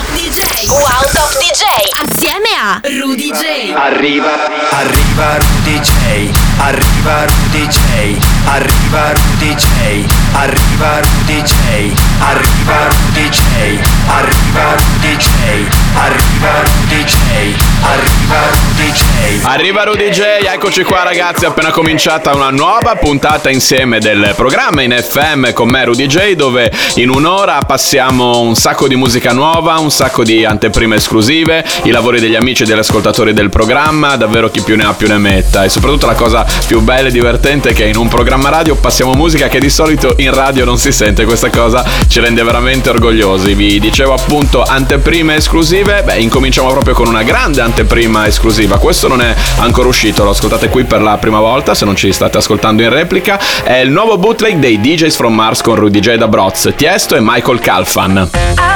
Top DJ. Wow Top DJ. Assieme a Rudy J. Arriva Rudy J. Arriva Rudy J. Arriva Rudy J. Arriva Rudy J. Arriva Rudy J. Arriva Rudy J. Arriva Rudy J. Arriva Rudy J. Arriva Rudy J, eccoci qua ragazzi, appena cominciata una nuova puntata insieme del programma in FM con me Rudy J, dove in un'ora passiamo un sacco di musica nuova, un sacco di anteprime esclusive, i lavori degli amici e degli ascoltatori del programma, davvero chi più ne ha più ne metta. E soprattutto la cosa più bella e divertente è che in un programma radio passiamo musica che di solito in radio non si sente. Questa cosa ci rende veramente orgogliosi. Vi dicevo appunto anteprime esclusive. Incominciamo proprio con una grande anteprima esclusiva. Questo non è ancora uscito, lo ascoltate qui per la prima volta se non ci state ascoltando in replica. È il nuovo bootleg dei DJs from Mars con Rudy J da Broz, Tiesto e Michael Calfan.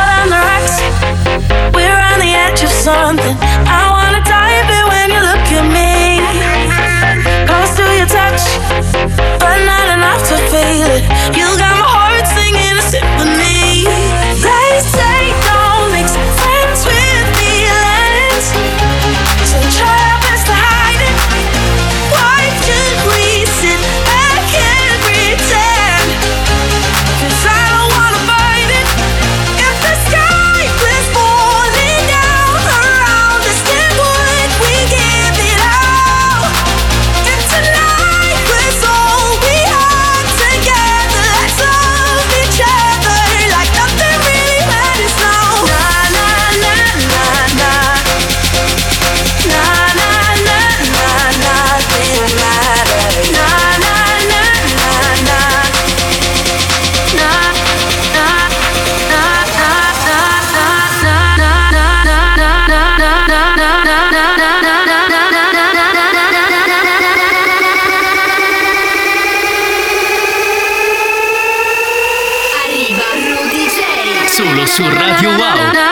Solo su Radio Wow.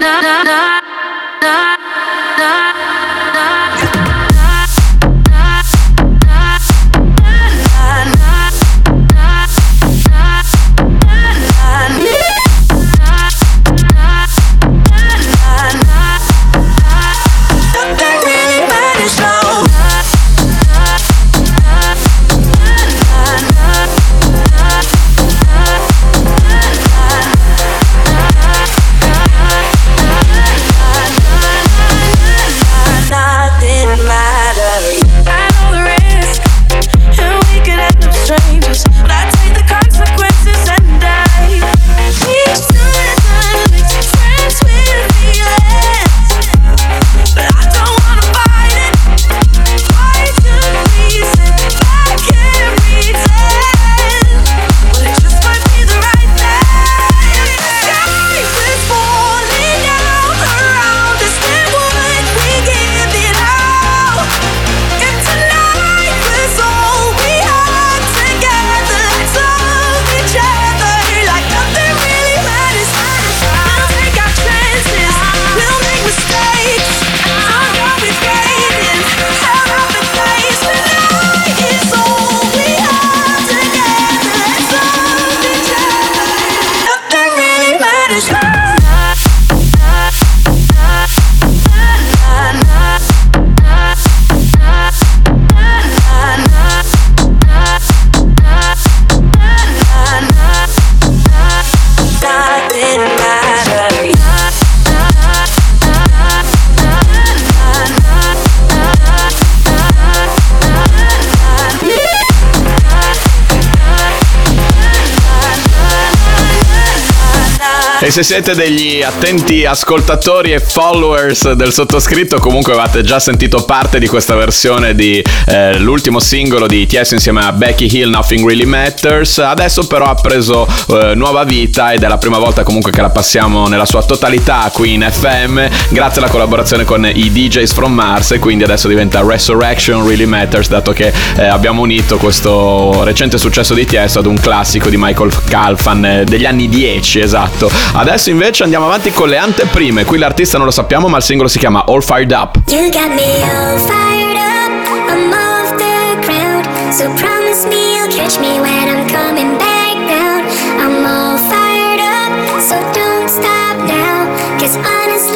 E se siete degli attenti ascoltatori e followers del sottoscritto, comunque avete già sentito parte di questa versione di l'ultimo singolo di Tiesto insieme a Becky Hill, Nothing Really Matters. Adesso però ha preso nuova vita ed è la prima volta comunque che la passiamo nella sua totalità qui in FM, grazie alla collaborazione con i DJs from Mars, e quindi adesso diventa Resurrection Really Matters, dato che abbiamo unito questo recente successo di Tiesto ad un classico di Michael Calfan degli anni 10, esatto. Adesso invece andiamo avanti con le anteprime. Qui l'artista non lo sappiamo, ma il singolo si chiama All Fired Up. You got me all fired up, I'm off the ground, so promise me you'll catch me when I'm coming back down. I'm all fired up, so don't stop now, 'cause honestly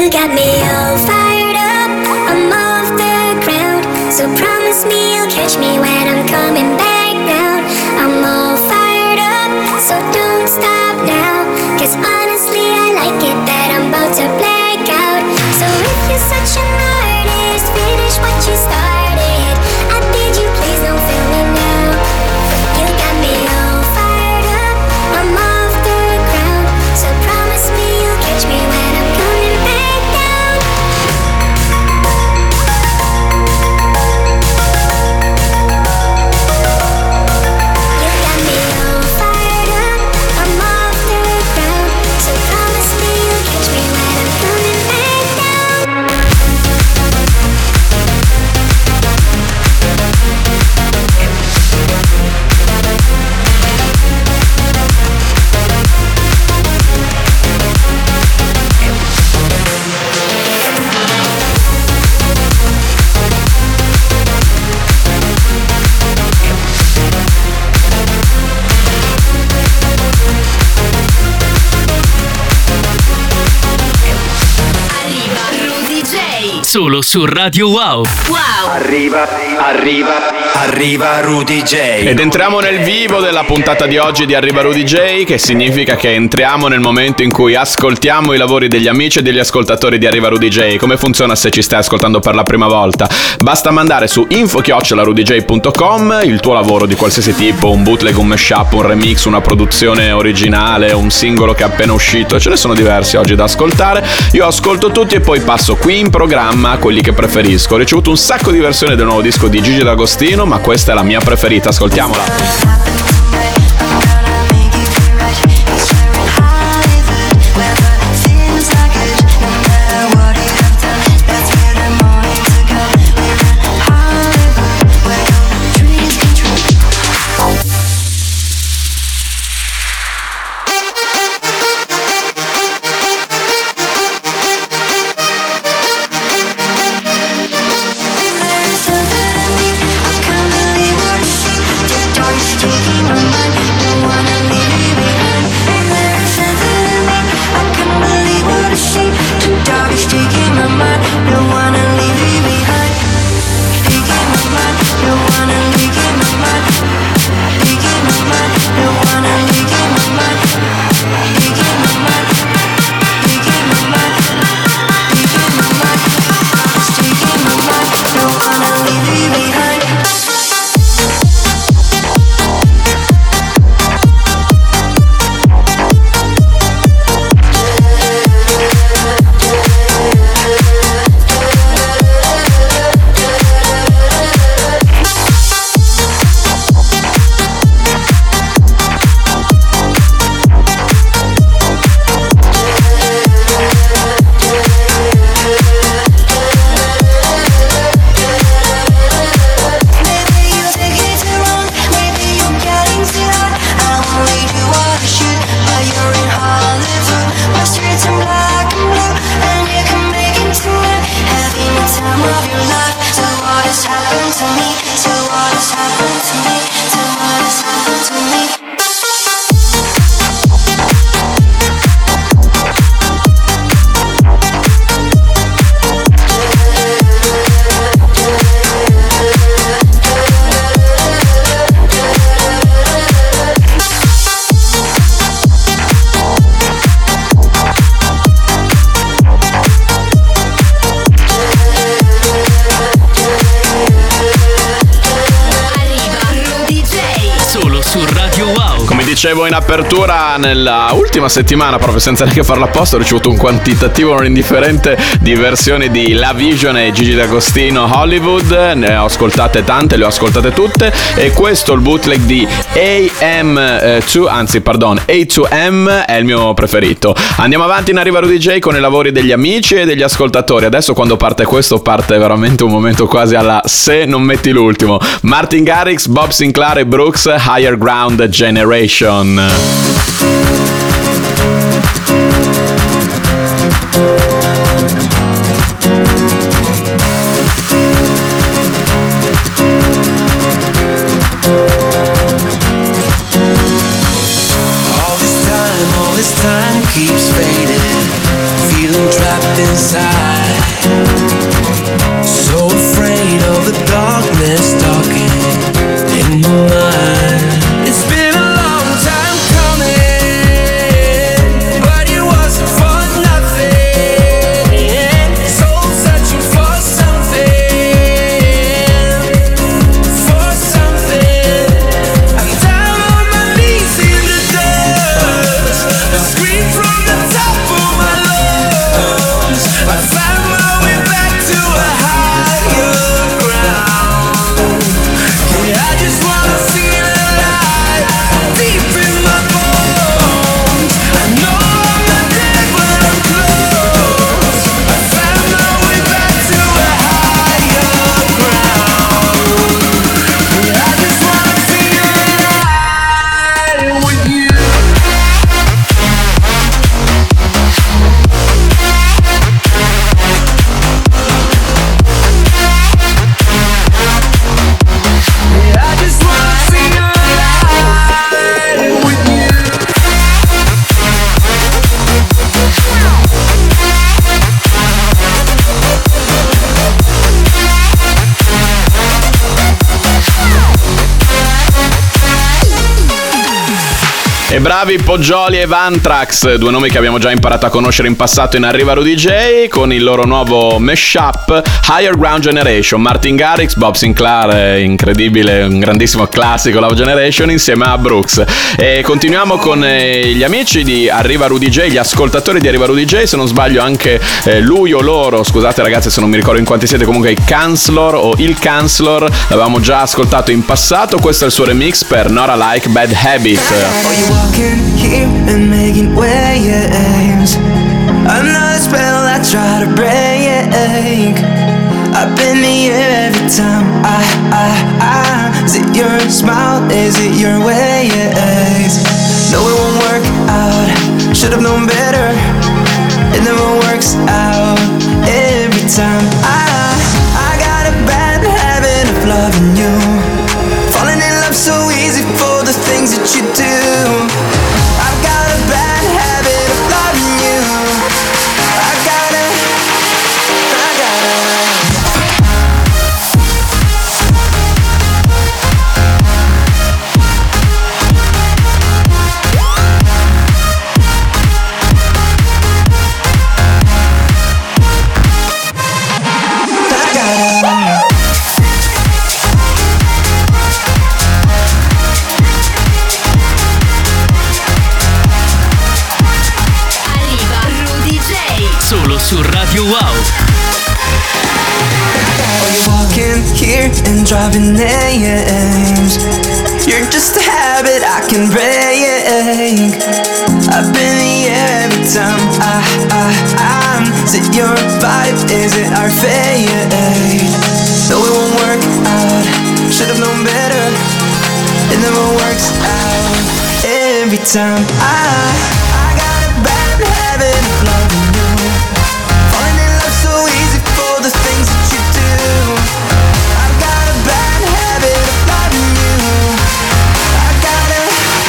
You got me all fired up, I'm off the ground. So promise me you'll catch me when I'm coming back down. I'm all fired up, so don't stop now. 'Cause honestly I like it that I'm about to black out. So if you're such an artist, finish what you started. I bid you please don't fail me now. You got me all fired up, I'm off the ground. So promise me you'll catch me when I'm coming back down. You got me all fired up, I'm off the ground. So promise me you'll catch me when I'm coming back down. Arriva Rudy J. Solo su Radio Wow. Wow. Arriva Rudy J. Ed entriamo nel vivo della puntata di oggi di Arriva Rudy J, che significa che entriamo nel momento in cui ascoltiamo i lavori degli amici e degli ascoltatori di Arriva Rudy J. Come funziona se ci stai ascoltando per la prima volta? Basta mandare su info@rudyj.com il tuo lavoro di qualsiasi tipo, un bootleg, un mashup, un remix, una produzione originale, un singolo che è appena uscito. Ce ne sono diversi oggi da ascoltare. Io ascolto tutti e poi passo qui in programma quelli che preferisco. Ho ricevuto un sacco di versioni del nuovo disco di Gigi D'Agostino, ma questa è la mia preferita, ascoltiamola. Dicevo in apertura, nella ultima settimana, proprio senza neanche farla apposta, ho ricevuto un quantitativo non indifferente di versioni di La Vision e Gigi D'Agostino Hollywood. Ne ho ascoltate tante, le ho ascoltate tutte, e questo, il bootleg di A2M, è il mio preferito. Andiamo avanti in Arriva Rudy J con i lavori degli amici e degli ascoltatori. Adesso, quando parte questo, parte veramente un momento quasi alla se non metti l'ultimo. Martin Garrix, Bob Sinclair e Brooks, Higher Ground Generation. All this time keeps fading, feeling trapped inside E bravi Poggioli e Vantrax, due nomi che abbiamo già imparato a conoscere in passato in Arriva Rudy J, con il loro nuovo mashup Higher Ground Generation. Martin Garrix, Bob Sinclair, incredibile, un grandissimo classico Love Generation insieme a Brooks. E continuiamo con gli amici di Arriva Rudy J, gli ascoltatori di Arriva Rudy J, se non sbaglio anche lui o loro, scusate ragazzi se non mi ricordo in quanti siete, comunque il Chancellor o il Chancellor, l'avevamo già ascoltato in passato, questo è il suo remix per Not a Like Bad Habit. Another spell I try to break. I've been here every time. Is it your smile? Is it your ways? No, it won't work out. Should've known better. It never works out every time. I got a bad habit of loving you. Falling in love so easy for the things that you do. I've got a bad habit of loving you. Solo su Radio Wow. You're walking here and driving names. You're just a habit I can break. I've been here every time. Is it your vibe? Is it our fate? No, it won't work out. Should've known better. It never works out every time. I got a bad habit of loving you. Falling in love so easy for the things that you do. I've got a bad habit of loving you. I got it.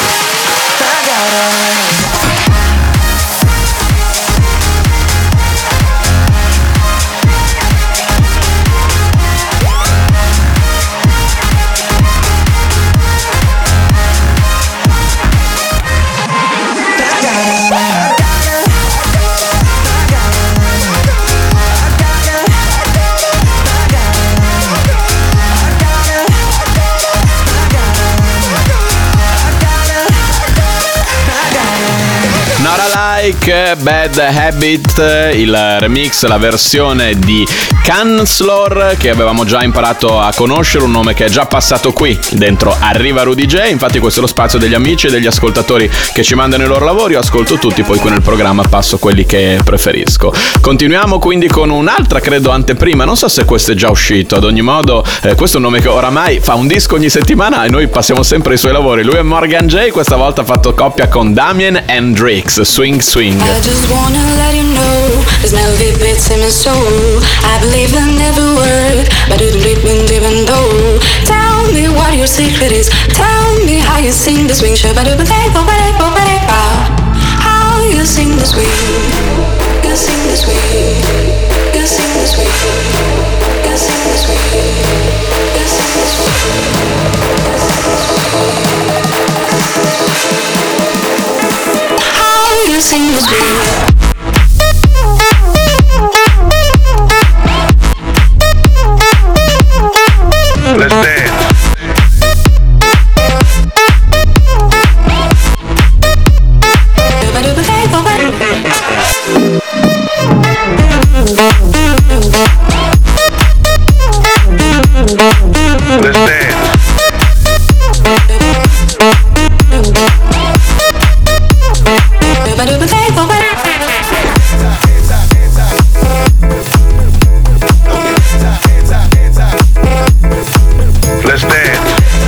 Not a Like Bad Habit, il remix, la versione di Chancellor che avevamo già imparato a conoscere, un nome che è già passato qui dentro Arriva Rudy J. Infatti questo è lo spazio degli amici e degli ascoltatori che ci mandano i loro lavori, io ascolto tutti, poi qui nel programma passo quelli che preferisco. Continuiamo quindi con un'altra, credo anteprima, non so se questo è già uscito, ad ogni modo questo è un nome che oramai fa un disco ogni settimana e noi passiamo sempre i suoi lavori. Lui è Morgan J, questa volta ha fatto coppia con Damien Hendrix, Swing Swing. I just wanna let you know this melody beats in my soul. I believe in every word, but it even though. Tell me what your secret is. Tell me how you sing the swing. How you sing the swing. You sing the swing. You sing the swing. You sing the swing. You sing the swing. How you sing the swing. Let's dance. Let's dance. Let's dance.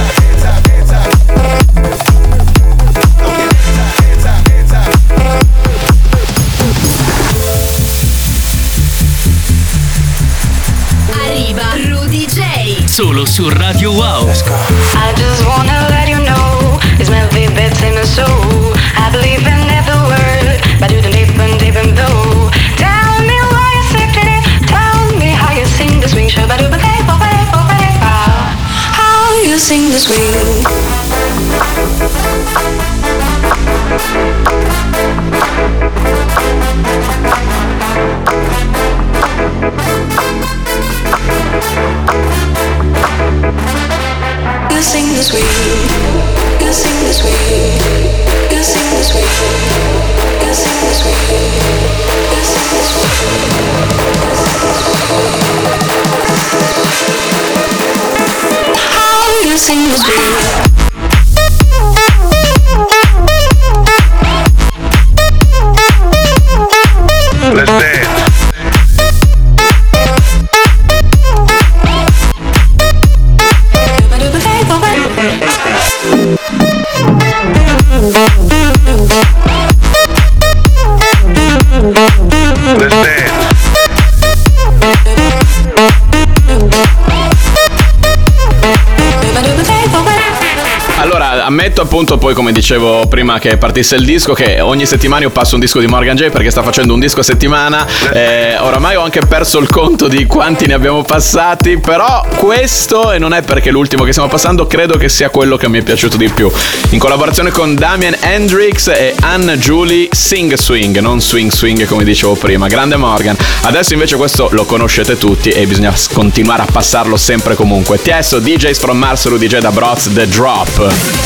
Arriva Rudy J. Solo su Radio Wow. I just wanna let you know it's melody beats in my soul. I believe in every word, but you don't even though. Tell me why you secret it. Tell me how you sing the swing. How you sing the swing. You sing this way, you sing this way, you sing this way, you sing this way, you sing this way. How you sing this way. Let's dance. Let's dance. Allora, ammetto appunto poi, come dicevo prima che partisse il disco, che ogni settimana io passo un disco di Morgan J perché sta facendo un disco a settimana. Oramai ho anche perso il conto di quanti ne abbiamo passati, però questo, e non è perché è l'ultimo che stiamo passando, credo che sia quello che mi è piaciuto di più. In collaborazione con Damian Hendrix e Anna Julie, Sing Swing, non Swing Swing come dicevo prima. Grande Morgan. Adesso invece questo lo conoscete tutti e bisogna continuare a passarlo sempre comunque. Tiesto, DJs from Mars, Rudy J da Broz, The Drop.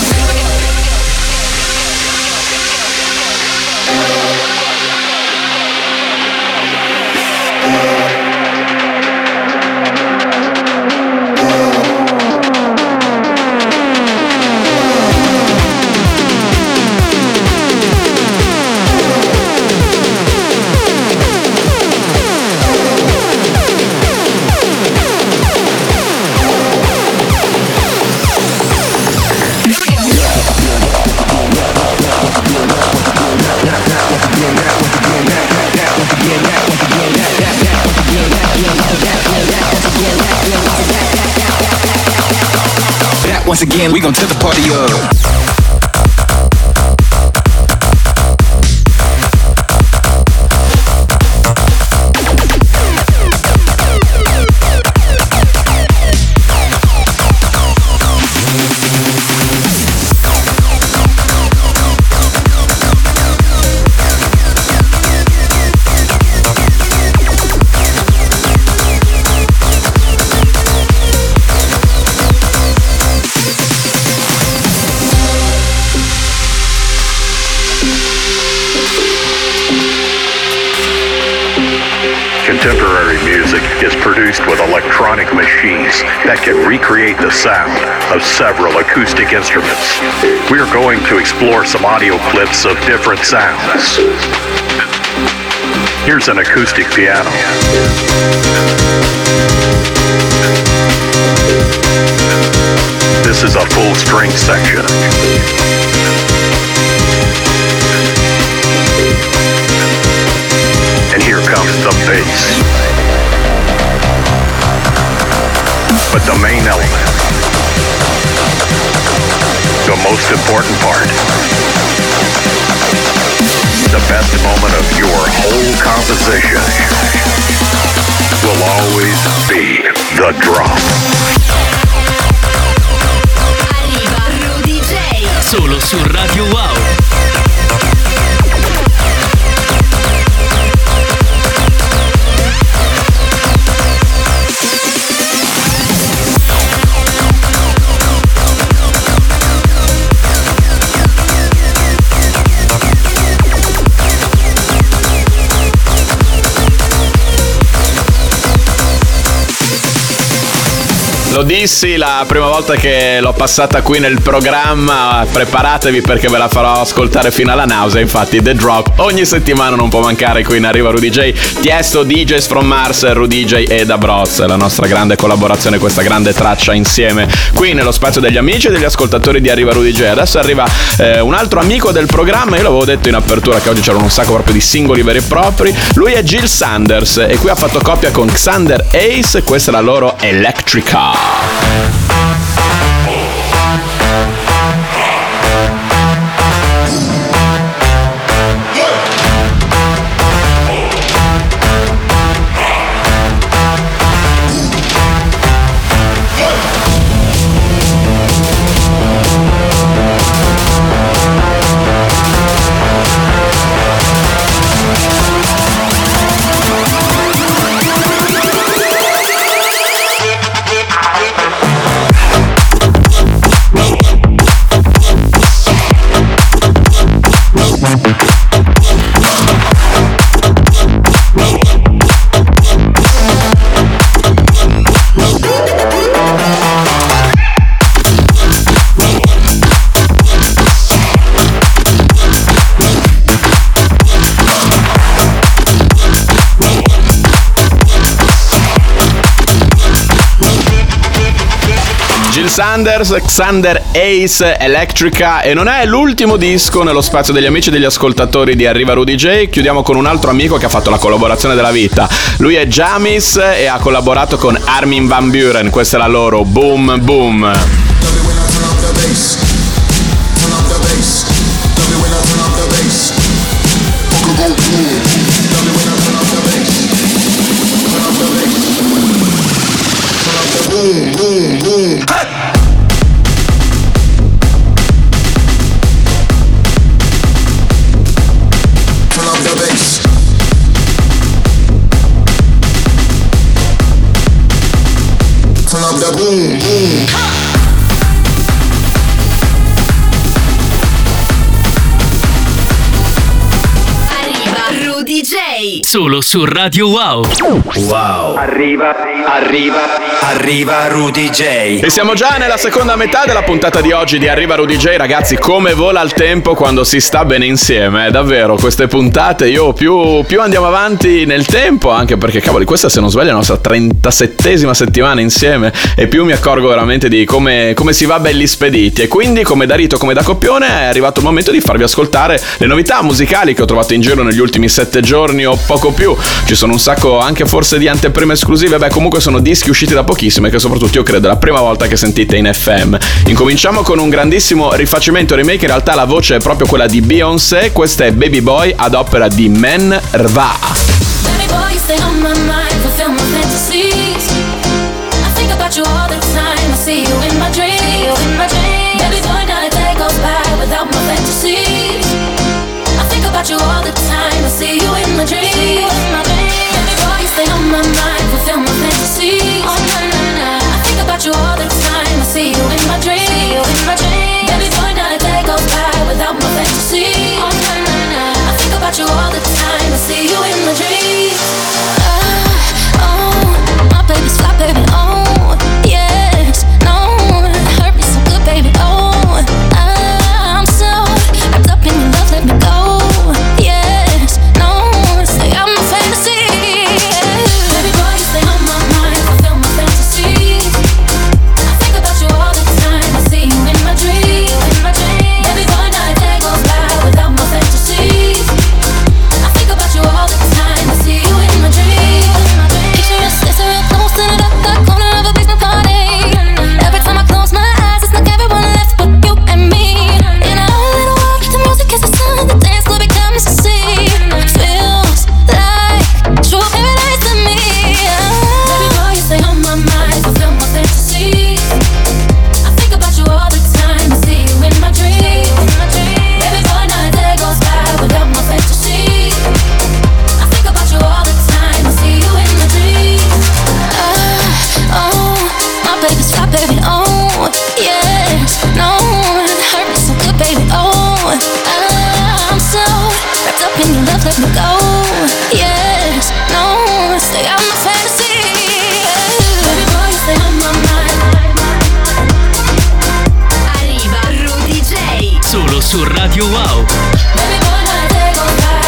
Once again, we gon' tip the party up. Contemporary music is produced with electronic machines that can recreate the sound of several acoustic instruments. We are going to explore some audio clips of different sounds. Here's an acoustic piano. This is a full string section. And here comes the bass. But the main element, the most important part, the best moment of your whole composition will always be the drop. Arriva Rudy J. Solo su Radio Wow. Lo dissi la prima volta che l'ho passata qui nel programma, preparatevi perché ve la farò ascoltare fino alla nausea. Infatti The Drop ogni settimana non può mancare qui in Arriva Rudy J. Tiesto, DJs from Mars, Rudy J e Da Broz, la nostra grande collaborazione, questa grande traccia insieme qui nello spazio degli amici e degli ascoltatori di Arriva Rudy J. Adesso arriva un altro amico del programma. Io l'avevo detto in apertura che oggi c'erano un sacco proprio di singoli veri e propri. Lui è Jill Sanders e qui ha fatto coppia con Xander Ace. Questa è la loro Electrica. Gill Sanders, Xander Ace, Electrica, e non è l'ultimo disco nello spazio degli amici e degli ascoltatori di Arriva Rudy J. Chiudiamo con un altro amico che ha fatto la collaborazione della vita. Lui è Jamis e ha collaborato con Armin van Buuren. Questa è la loro Boom Boom. Boom, boom, boom. Turn up the bass. Turn up the boom, boom. Rudy J. Solo su Radio Wow. Wow. Arriva Rudy J. E siamo già nella seconda metà della puntata di oggi di Arriva Rudy J. Ragazzi, come vola il tempo quando si sta bene insieme, davvero. Queste puntate io più andiamo avanti nel tempo, anche perché cavoli, questa, se non sbaglio, è la nostra 37esima settimana insieme, e più mi accorgo veramente di come si va belli spediti. E quindi, come da rito, come da copione, è arrivato il momento di farvi ascoltare le novità musicali che ho trovato in giro negli ultimi 7 giorni o poco più. Ci sono un sacco anche forse di anteprime esclusive. Beh, comunque sono dischi usciti da pochissimo e che soprattutto io credo è la prima volta che sentite in FM. Incominciamo con un grandissimo rifacimento, remake. In realtà la voce è proprio quella di Beyoncé. Questa è Baby Boy ad opera di Men Rva. Baby boy, you stay on my mind, fulfill my fantasies. I think about you all the time, I see you in my dreams. Baby boy, not a day goes by without my fantasies. I think about you all the time, I see you in my dreams. Baby boy, you stay on my mind, fulfill my fantasies. Oh, na, na, na. I think about you all the time, I see you in my dreams. Baby boy, not a day goes by without my fantasies. Oh, na, na, na. I think about you all the time, I see you in my dreams. My baby's fly, baby, oh, yes, no, hurt me so good, baby, oh, I'm so wrapped up in your love, let me go, yes, no, say I'm a fantasy, baby boy, you stay on my mind, fulfill my fantasies, I think about you all the time, I see you in my dreams, baby boy, not a day goes by without my fantasies, I think about you all the time, I see you in my dreams. Picture us dancing close to the corner of a basement party. Every time I close my eyes, it's like everyone left but you and me. In our little world, the music is the sun, the dance floor becomes the sea. Feels like true paradise to me. Baby boy, you stay on my mind, fulfill my fantasies. I think about you all the time, I see you in my dreams. Baby boy, not a day goes by without my fantasies. I think about you all the time, I see you in my dreams. My baby's fly, baby, oh, yes, no, hurt me so good, baby, oh, I'm so wrapped up in your love, let me go, yes, no, say I'm a fantasy, baby boy, you stay on my mind. Arriva Rudy J. Solo su Radio Wow. Baby boy, not a day goes by.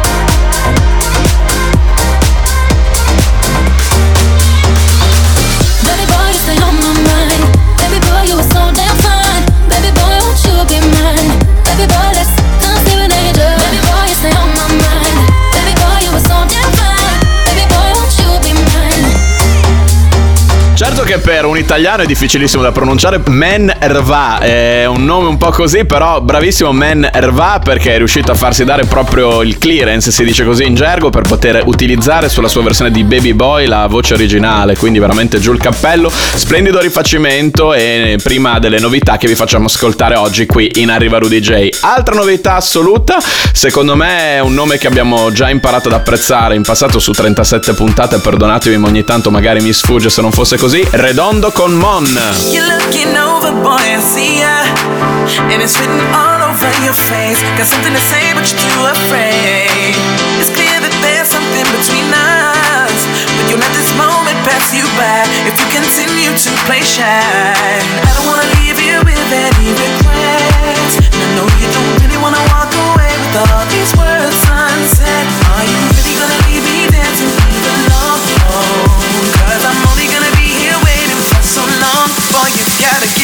Baby boy, you stay on my mind. Baby boy, you were so damn fine. Baby boy, won't you be mine? Baby boy, let's conceal an angel. Baby boy, you stay on my mind. Baby boy, you were so damn fine. Baby boy, won't you be mine? Certo che per un italiano è difficilissimo da pronunciare. Men Rva è un nome un po' così, però bravissimo Men Rva, perché è riuscito a farsi dare proprio il clearance, si dice così in gergo, per poter utilizzare sulla sua versione di Baby Boy la voce originale, quindi veramente giù il cappello. Splendido rifacimento, e prima delle novità che vi facciamo ascoltare oggi qui in Arriva Rudy J. Altra novità assoluta, secondo me è un nome che abbiamo già imparato ad apprezzare in passato su 37 puntate, perdonatemi ma ogni tanto magari mi sfugge se non fosse così. Redondo con Mon. You're looking over, boy, I see ya. And it's written all over your face. Got something to say, but you're too afraid. It's clear that there's something between us, but you'll let this moment pass you by if you continue to play shy. I don't wanna leave you with any regrets, and I know you don't really wanna walk away with all these words unsaid. Are you really gonna leave me there to leave alone? Cause I'm only gonna be here waiting for so long before you gotta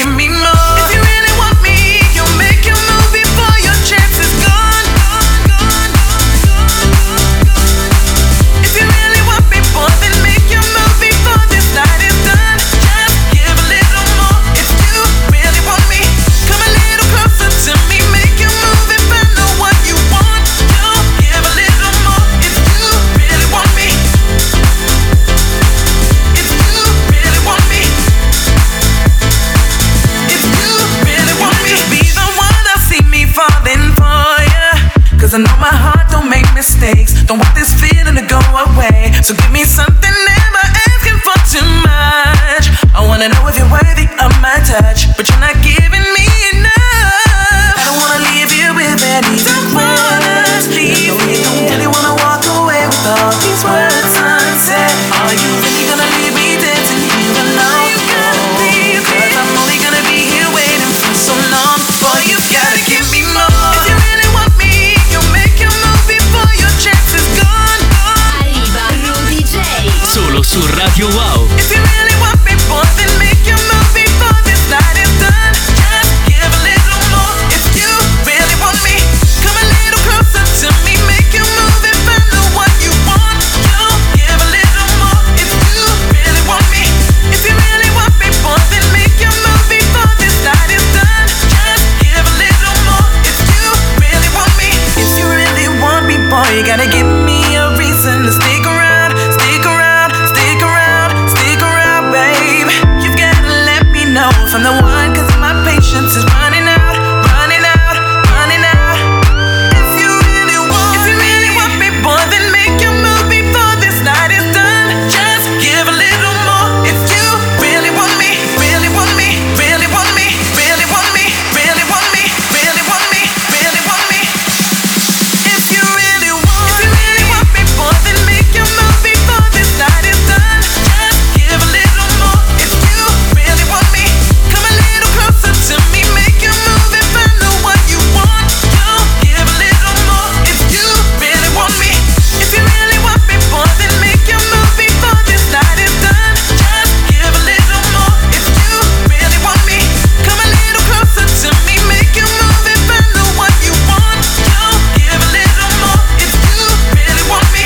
way. So give me something, never asking for too much. I wanna know if you're worthy of my touch, but you're not giving me enough. I don't wanna leave you with any words. Leave me. Don't really wanna walk away with all these words unsaid. Are you really gonna leave me dancing here alone? Cause I'm only gonna be here waiting for so long. Boy, you gotta give me more. If you really want me, you'll make your move before your chance is gone. Arriva Rudy J. Solo su Radio Wow. If you really want me, boy, then make your move before this night is done. Just give a little more. If you really want me, come a little closer to me. Make your move and find the one you want. You give a little more. If you really want me, if you really want me, boy, then make your move before this night is done. Just give a little more. If you really want me, if you really want me, boy, you gotta give me a reason to stick around, stick around, stick around, stick around, babe. You've gotta let me know if I'm the one, cause my patience is running out, running out, running out. If you really want me, boy, then make your move before this night is done. Just give a little more. If you really want me, really want me, really want me, really want me, really want me, really want me, really want me. If you really want me, boy, then make your move before this night is done. Just give a little more. If you really want me, come a little closer to me. Make your move and find the one you want. You give a little more. If you really want me, if you really want me, boy, then make your move before this night is done. Just give a little more. If you really want me, come a little closer to me. Make your move and find the one you want. You give a little more. If you really want me,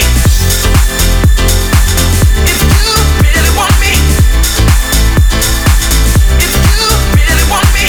if you really want me, if you really want me,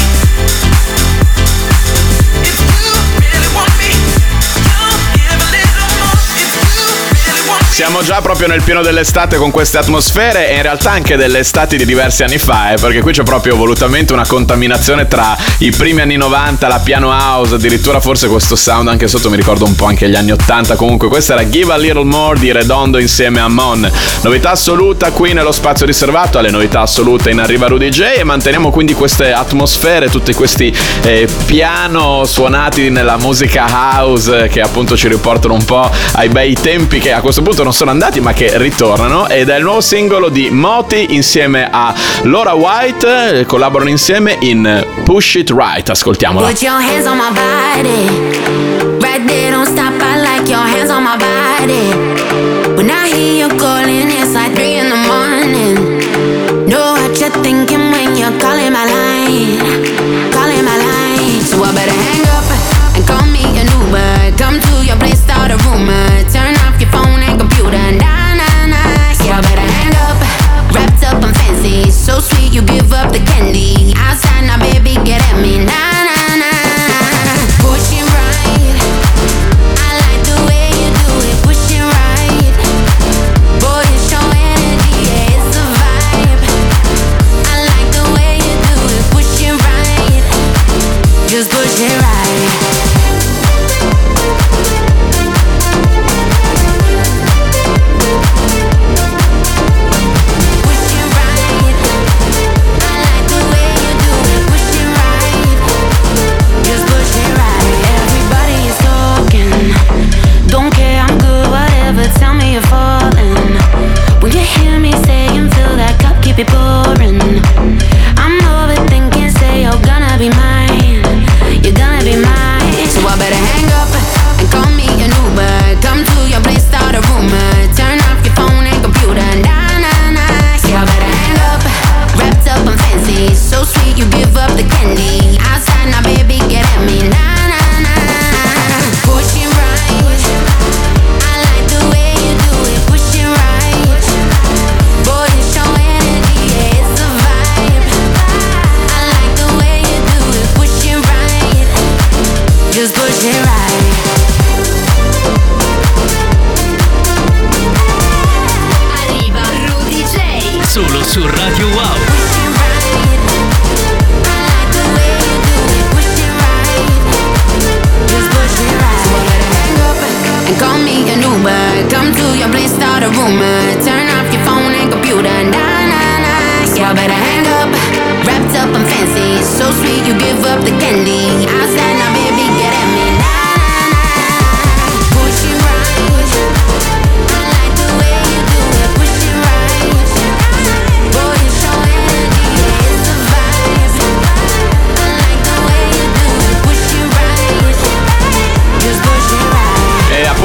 if you really want me, you give a little more. If you really want me. Siamo già proprio nel pieno dell'estate con queste atmosfere e in realtà anche delle estati di diversi anni fa, perché qui c'è proprio volutamente una contaminazione tra i primi anni 90, la piano house, addirittura forse questo sound anche sotto mi ricorda un po' anche gli anni 80. Comunque questa era Give a Little More di Redondo insieme a Mon. Novità assoluta qui nello spazio riservato alle novità assolute in Arriva Rudy J, e manteniamo quindi queste atmosfere, tutti questi piano suonati nella musica house che appunto ci riportano un po' ai bei tempi che a questo punto non sono andati ma che ritornano, ed è il nuovo singolo di Moti insieme a Laura White, collaborano insieme in Push It Right, ascoltiamola. Put your hands on my body. Right there, don't stop. I like your hands on my body. When I hear you calling, it's like 3 in the morning. Know what you're thinking when you're calling my line. Calling my line. So I better hang up and call me an Uber. Come to your place, start a rumor. Turn off your phone and computer. Nah, nah, nah. Yeah, I better hang up. Wrapped up and fancy. So sweet, you give up the candy. Outside now, baby, get at me. Nah, nah, nah. Push it right. I like the way you do it. Push it right. Boy, it's your energy, yeah, it's a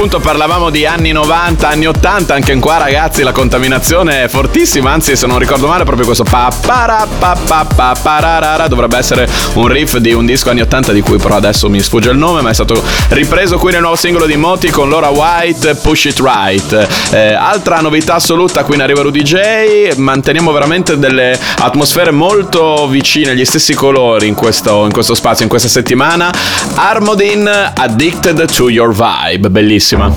appunto parlavamo di anni 90, anni 80, anche qua ragazzi la contaminazione è fortissima, anzi se non ricordo male proprio questo pararara dovrebbe essere un riff di un disco anni 80 di cui però adesso mi sfugge il nome, ma è stato ripreso qui nel nuovo singolo di Moti con Laura White, Push It Right. Altra novità assoluta qui in Arriva Rudy J, manteniamo veramente delle atmosfere molto vicine, gli stessi colori in questo spazio, in questa settimana. Armodin, Addicted to Your Vibe, bellissima.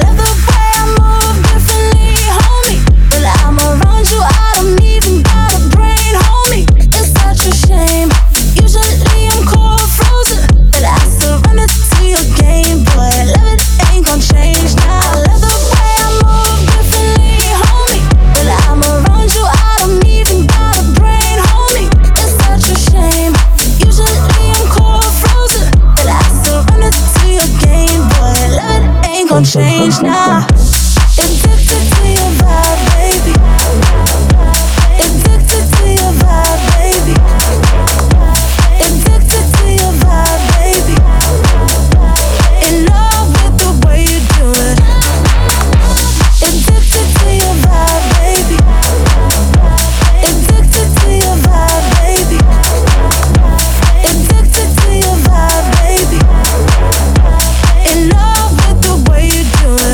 Change now. Addicted to your vibe, baby. Addicted to your vibe, baby. Addicted to your vibe, baby. In love with the way you do it. Addicted to your vibe, baby. Addicted to your vibe, baby. Addicted to your vibe, baby. In love with the way you do it.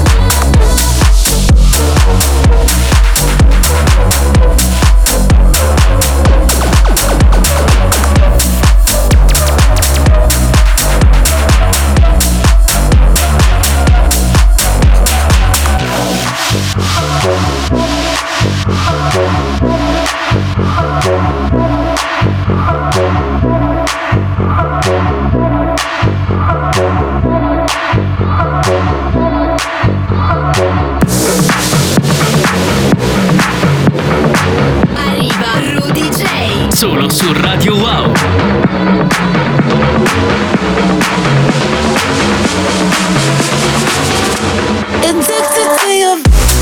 Arriva Rudy J. Solo su Radio Wow. Addicted to your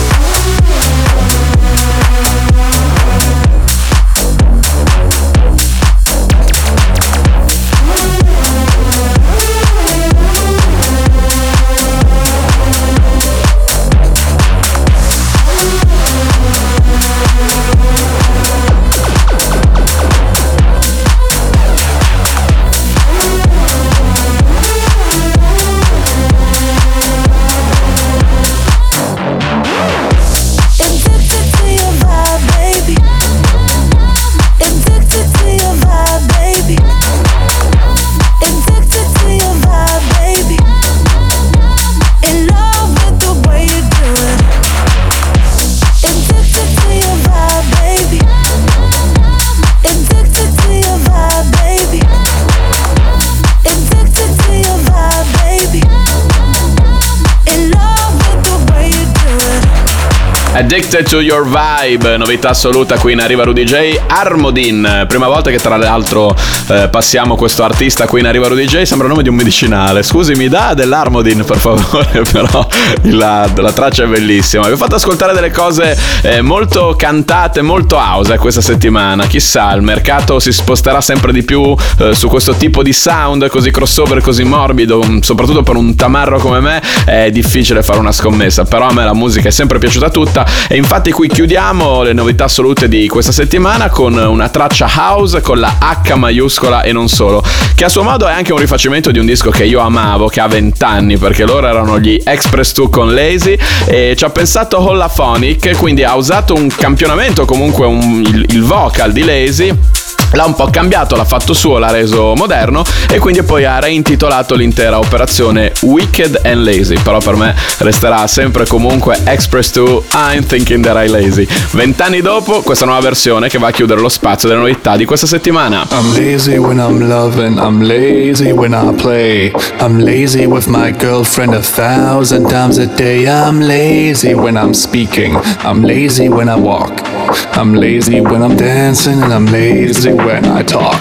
Addicted to Your Vibe, novità assoluta qui in Arriva Rudy J. Armodin, prima volta che tra l'altro passiamo questo artista qui in Arriva Rudy J, sembra il nome di un medicinale. Scusi, mi dà dell'Armodin per favore, però la traccia è bellissima. Vi ho fatto ascoltare delle cose molto cantate, molto house questa settimana. Chissà, il mercato si sposterà sempre di più su questo tipo di sound così crossover, così morbido, soprattutto per un tamarro come me è difficile fare una scommessa, però a me la musica è sempre piaciuta tutta. E infatti qui chiudiamo le novità assolute di questa settimana con una traccia house con la H maiuscola e non solo, che a suo modo è anche un rifacimento di un disco che io amavo, che ha 20 anni, perché loro erano gli Express 2 con Lazy, e ci ha pensato Hollaphonic, quindi ha usato un campionamento, comunque il vocal di Lazy, l'ha un po' cambiato, l'ha fatto suo, l'ha reso moderno e quindi poi ha reintitolato l'intera operazione Wicked and Lazy. Però per me resterà sempre comunque Express 2 I'm Thinking That I Lazy. 20 anni dopo questa nuova versione che va a chiudere lo spazio delle novità di questa settimana. I'm lazy when I'm loving, I'm lazy when I play, I'm lazy with my girlfriend 1,000 times a day, I'm lazy when I'm speaking, I'm lazy when I walk, I'm lazy when I'm dancing, and I'm lazy when I talk.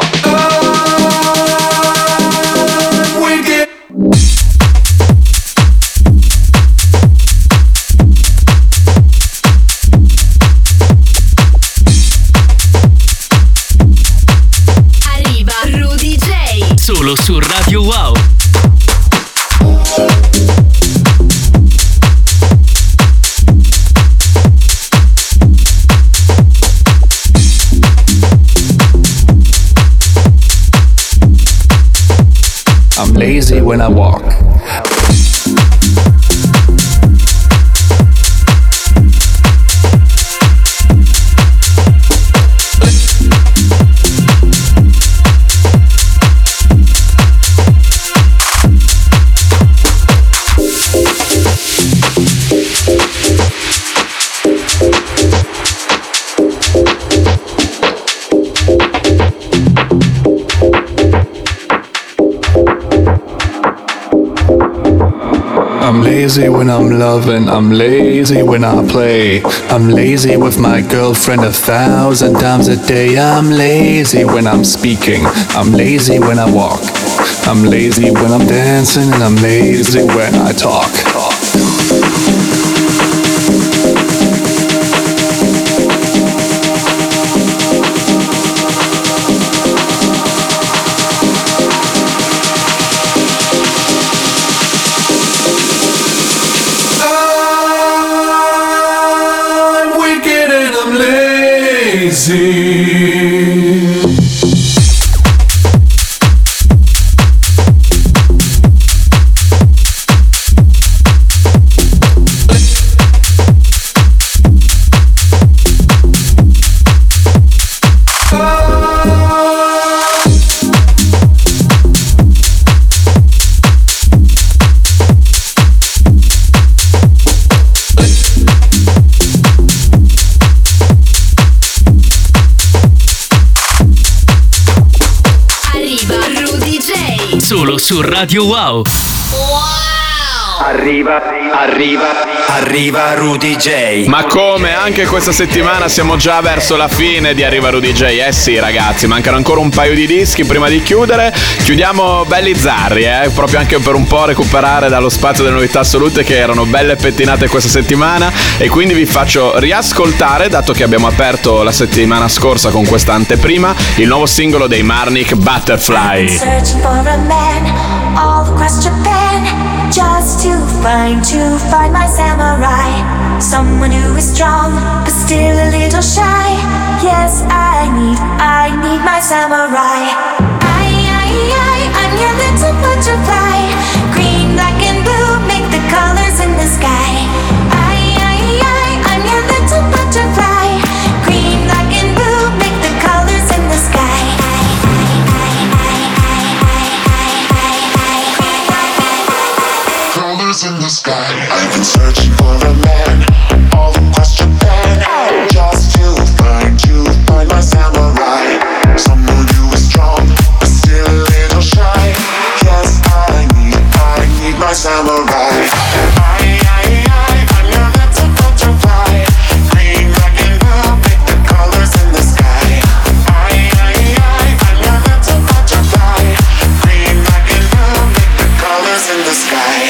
Arriva Rudy J. Solo su Radio Wow. I'm lazy when I walk. I'm lazy when I'm loving, I'm lazy when I play. I'm lazy with my girlfriend 1,000 times a day. I'm lazy when I'm speaking, I'm lazy when I walk. I'm lazy when I'm dancing and I'm lazy when I talk. Solo su Radio Wow. Arriva Rudy J. Ma come? Anche questa settimana siamo già verso la fine di Arriva Rudy J. Eh sì ragazzi, mancano ancora un paio di dischi prima di chiudere. Chiudiamo belli zarri, proprio anche per un po' recuperare dallo spazio delle novità assolute che erano belle pettinate questa settimana. E quindi vi faccio riascoltare, dato che abbiamo aperto la settimana scorsa con questa anteprima, il nuovo singolo dei Marnik, Butterfly. Searching for a man all across Japan, just to find my samurai. Someone who is strong but still a little shy. Yes, I need my samurai. I'm your little butterfly. Green, black and blue make the colors in the sky. I'm your little butterfly. Green, black and blue make the colors in the sky. Colors in the sky. I've been searching for a man all across Japan, just to find my samurai. Someone who is strong but still a little shy. Yes, I need my samurai. I'm your little butterfly. Green, black and blue make the colors in the sky. I'm your little butterfly. Green, black and blue make the colors in the sky.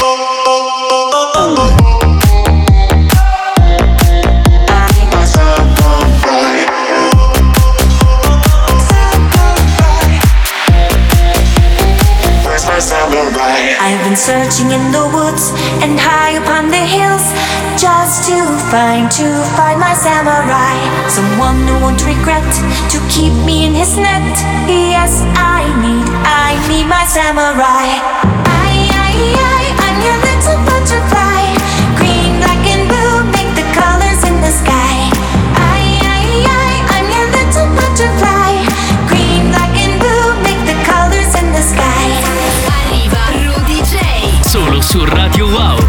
I've been searching in the woods and high upon the hills, just to find my samurai. Someone who won't regret to keep me in his net. Yes, I need my samurai. I'm your little butterfly. Green, black and blue make the colors in the sky. I'm your little butterfly. Green, black and blue make the colors in the sky. Arriva Rudy J. Solo su Radio Wow.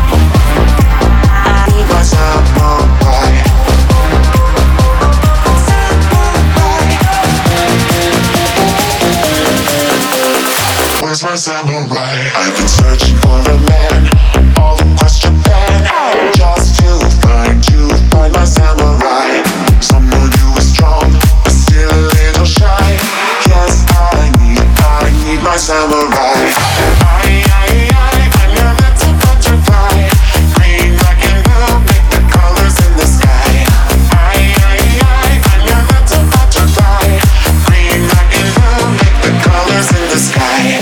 Where's my samurai? I've been searching for a man all across Japan, just to find my samurai. Someone who is strong but still a little shy. Yes, I need my samurai. I'm your little butterfly. Green, black and blue make the colors in the sky. I'm your little butterfly. Green, black and blue make the colors in the sky.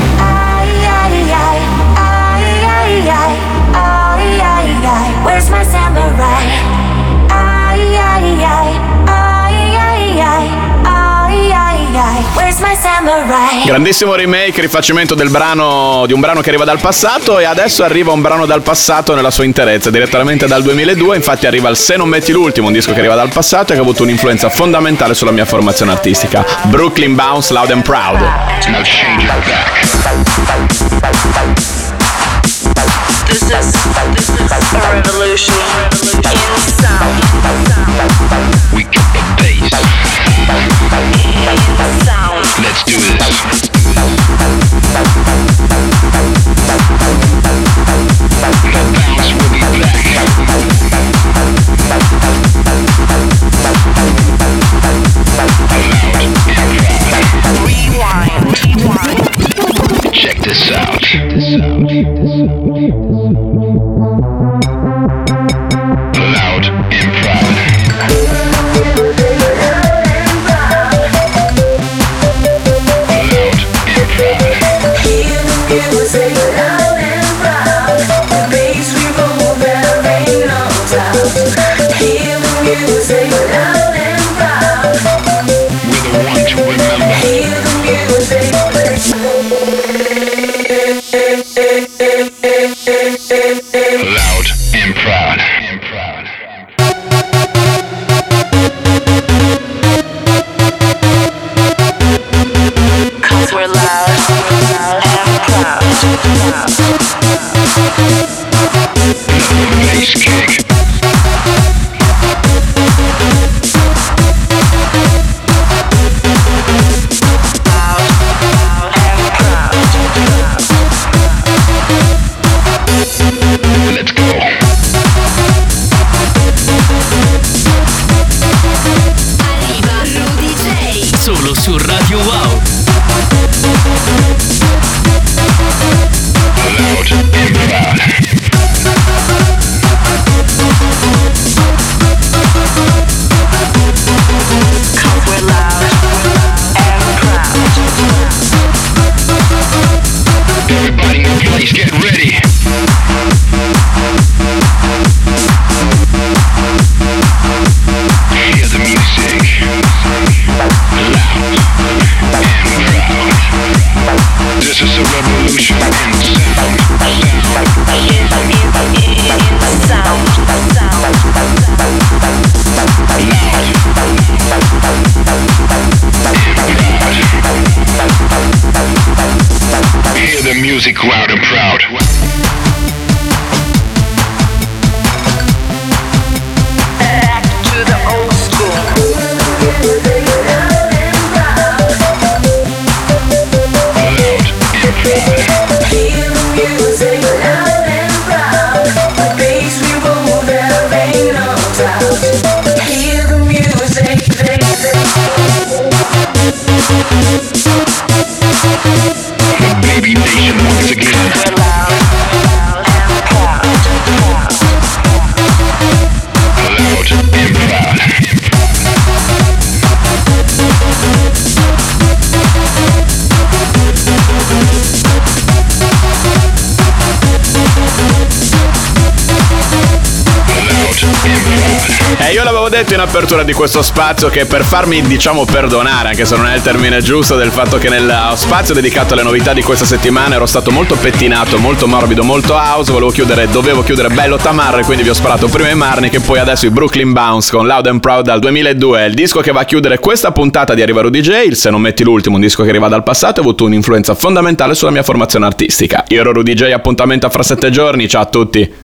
Where's my samurai? Where's my samurai? Grandissimo remake, rifacimento di un brano che arriva dal passato, e adesso arriva un brano dal passato nella sua interezza, direttamente dal 2002. Infatti arriva il Se non metti l'ultimo, un disco che arriva dal passato e che ha avuto un'influenza fondamentale sulla mia formazione artistica. Brooklyn Bounce, Loud and Proud. This is a revolution in sound. We got the bass. In sound. Let's do this. The bounce will be back. Rewind. Check this out. Loud and proud. Loud and proud. Cause we're loud and proud. Bass kick. Let's go. Arriva Rudy J. Solo su Radio Wow. Loud and proud. Cause we're loud and proud. Everybody in the place, get ready. Hear the music. Loud and proud. This is a revolution in sound. In sound. Hear the music loud and proud. Back to the old school. The Baby Nation once again. We're loud and proud. Loud and proud. Io l'avevo detto in apertura di questo spazio che per farmi, diciamo, perdonare, anche se non è il termine giusto, del fatto che nello spazio dedicato alle novità di questa settimana ero stato molto pettinato, molto morbido, molto house, dovevo chiudere bello tamarro, e quindi vi ho sparato prima i Marni, che poi adesso i Brooklyn Bounce con Loud and Proud dal 2002, il disco che va a chiudere questa puntata di Arriva Rudy J. Il Se non metti l'ultimo, un disco che arriva dal passato, ha avuto un'influenza fondamentale sulla mia formazione artistica. Io ero Rudy J, appuntamento fra 7 giorni, ciao a tutti.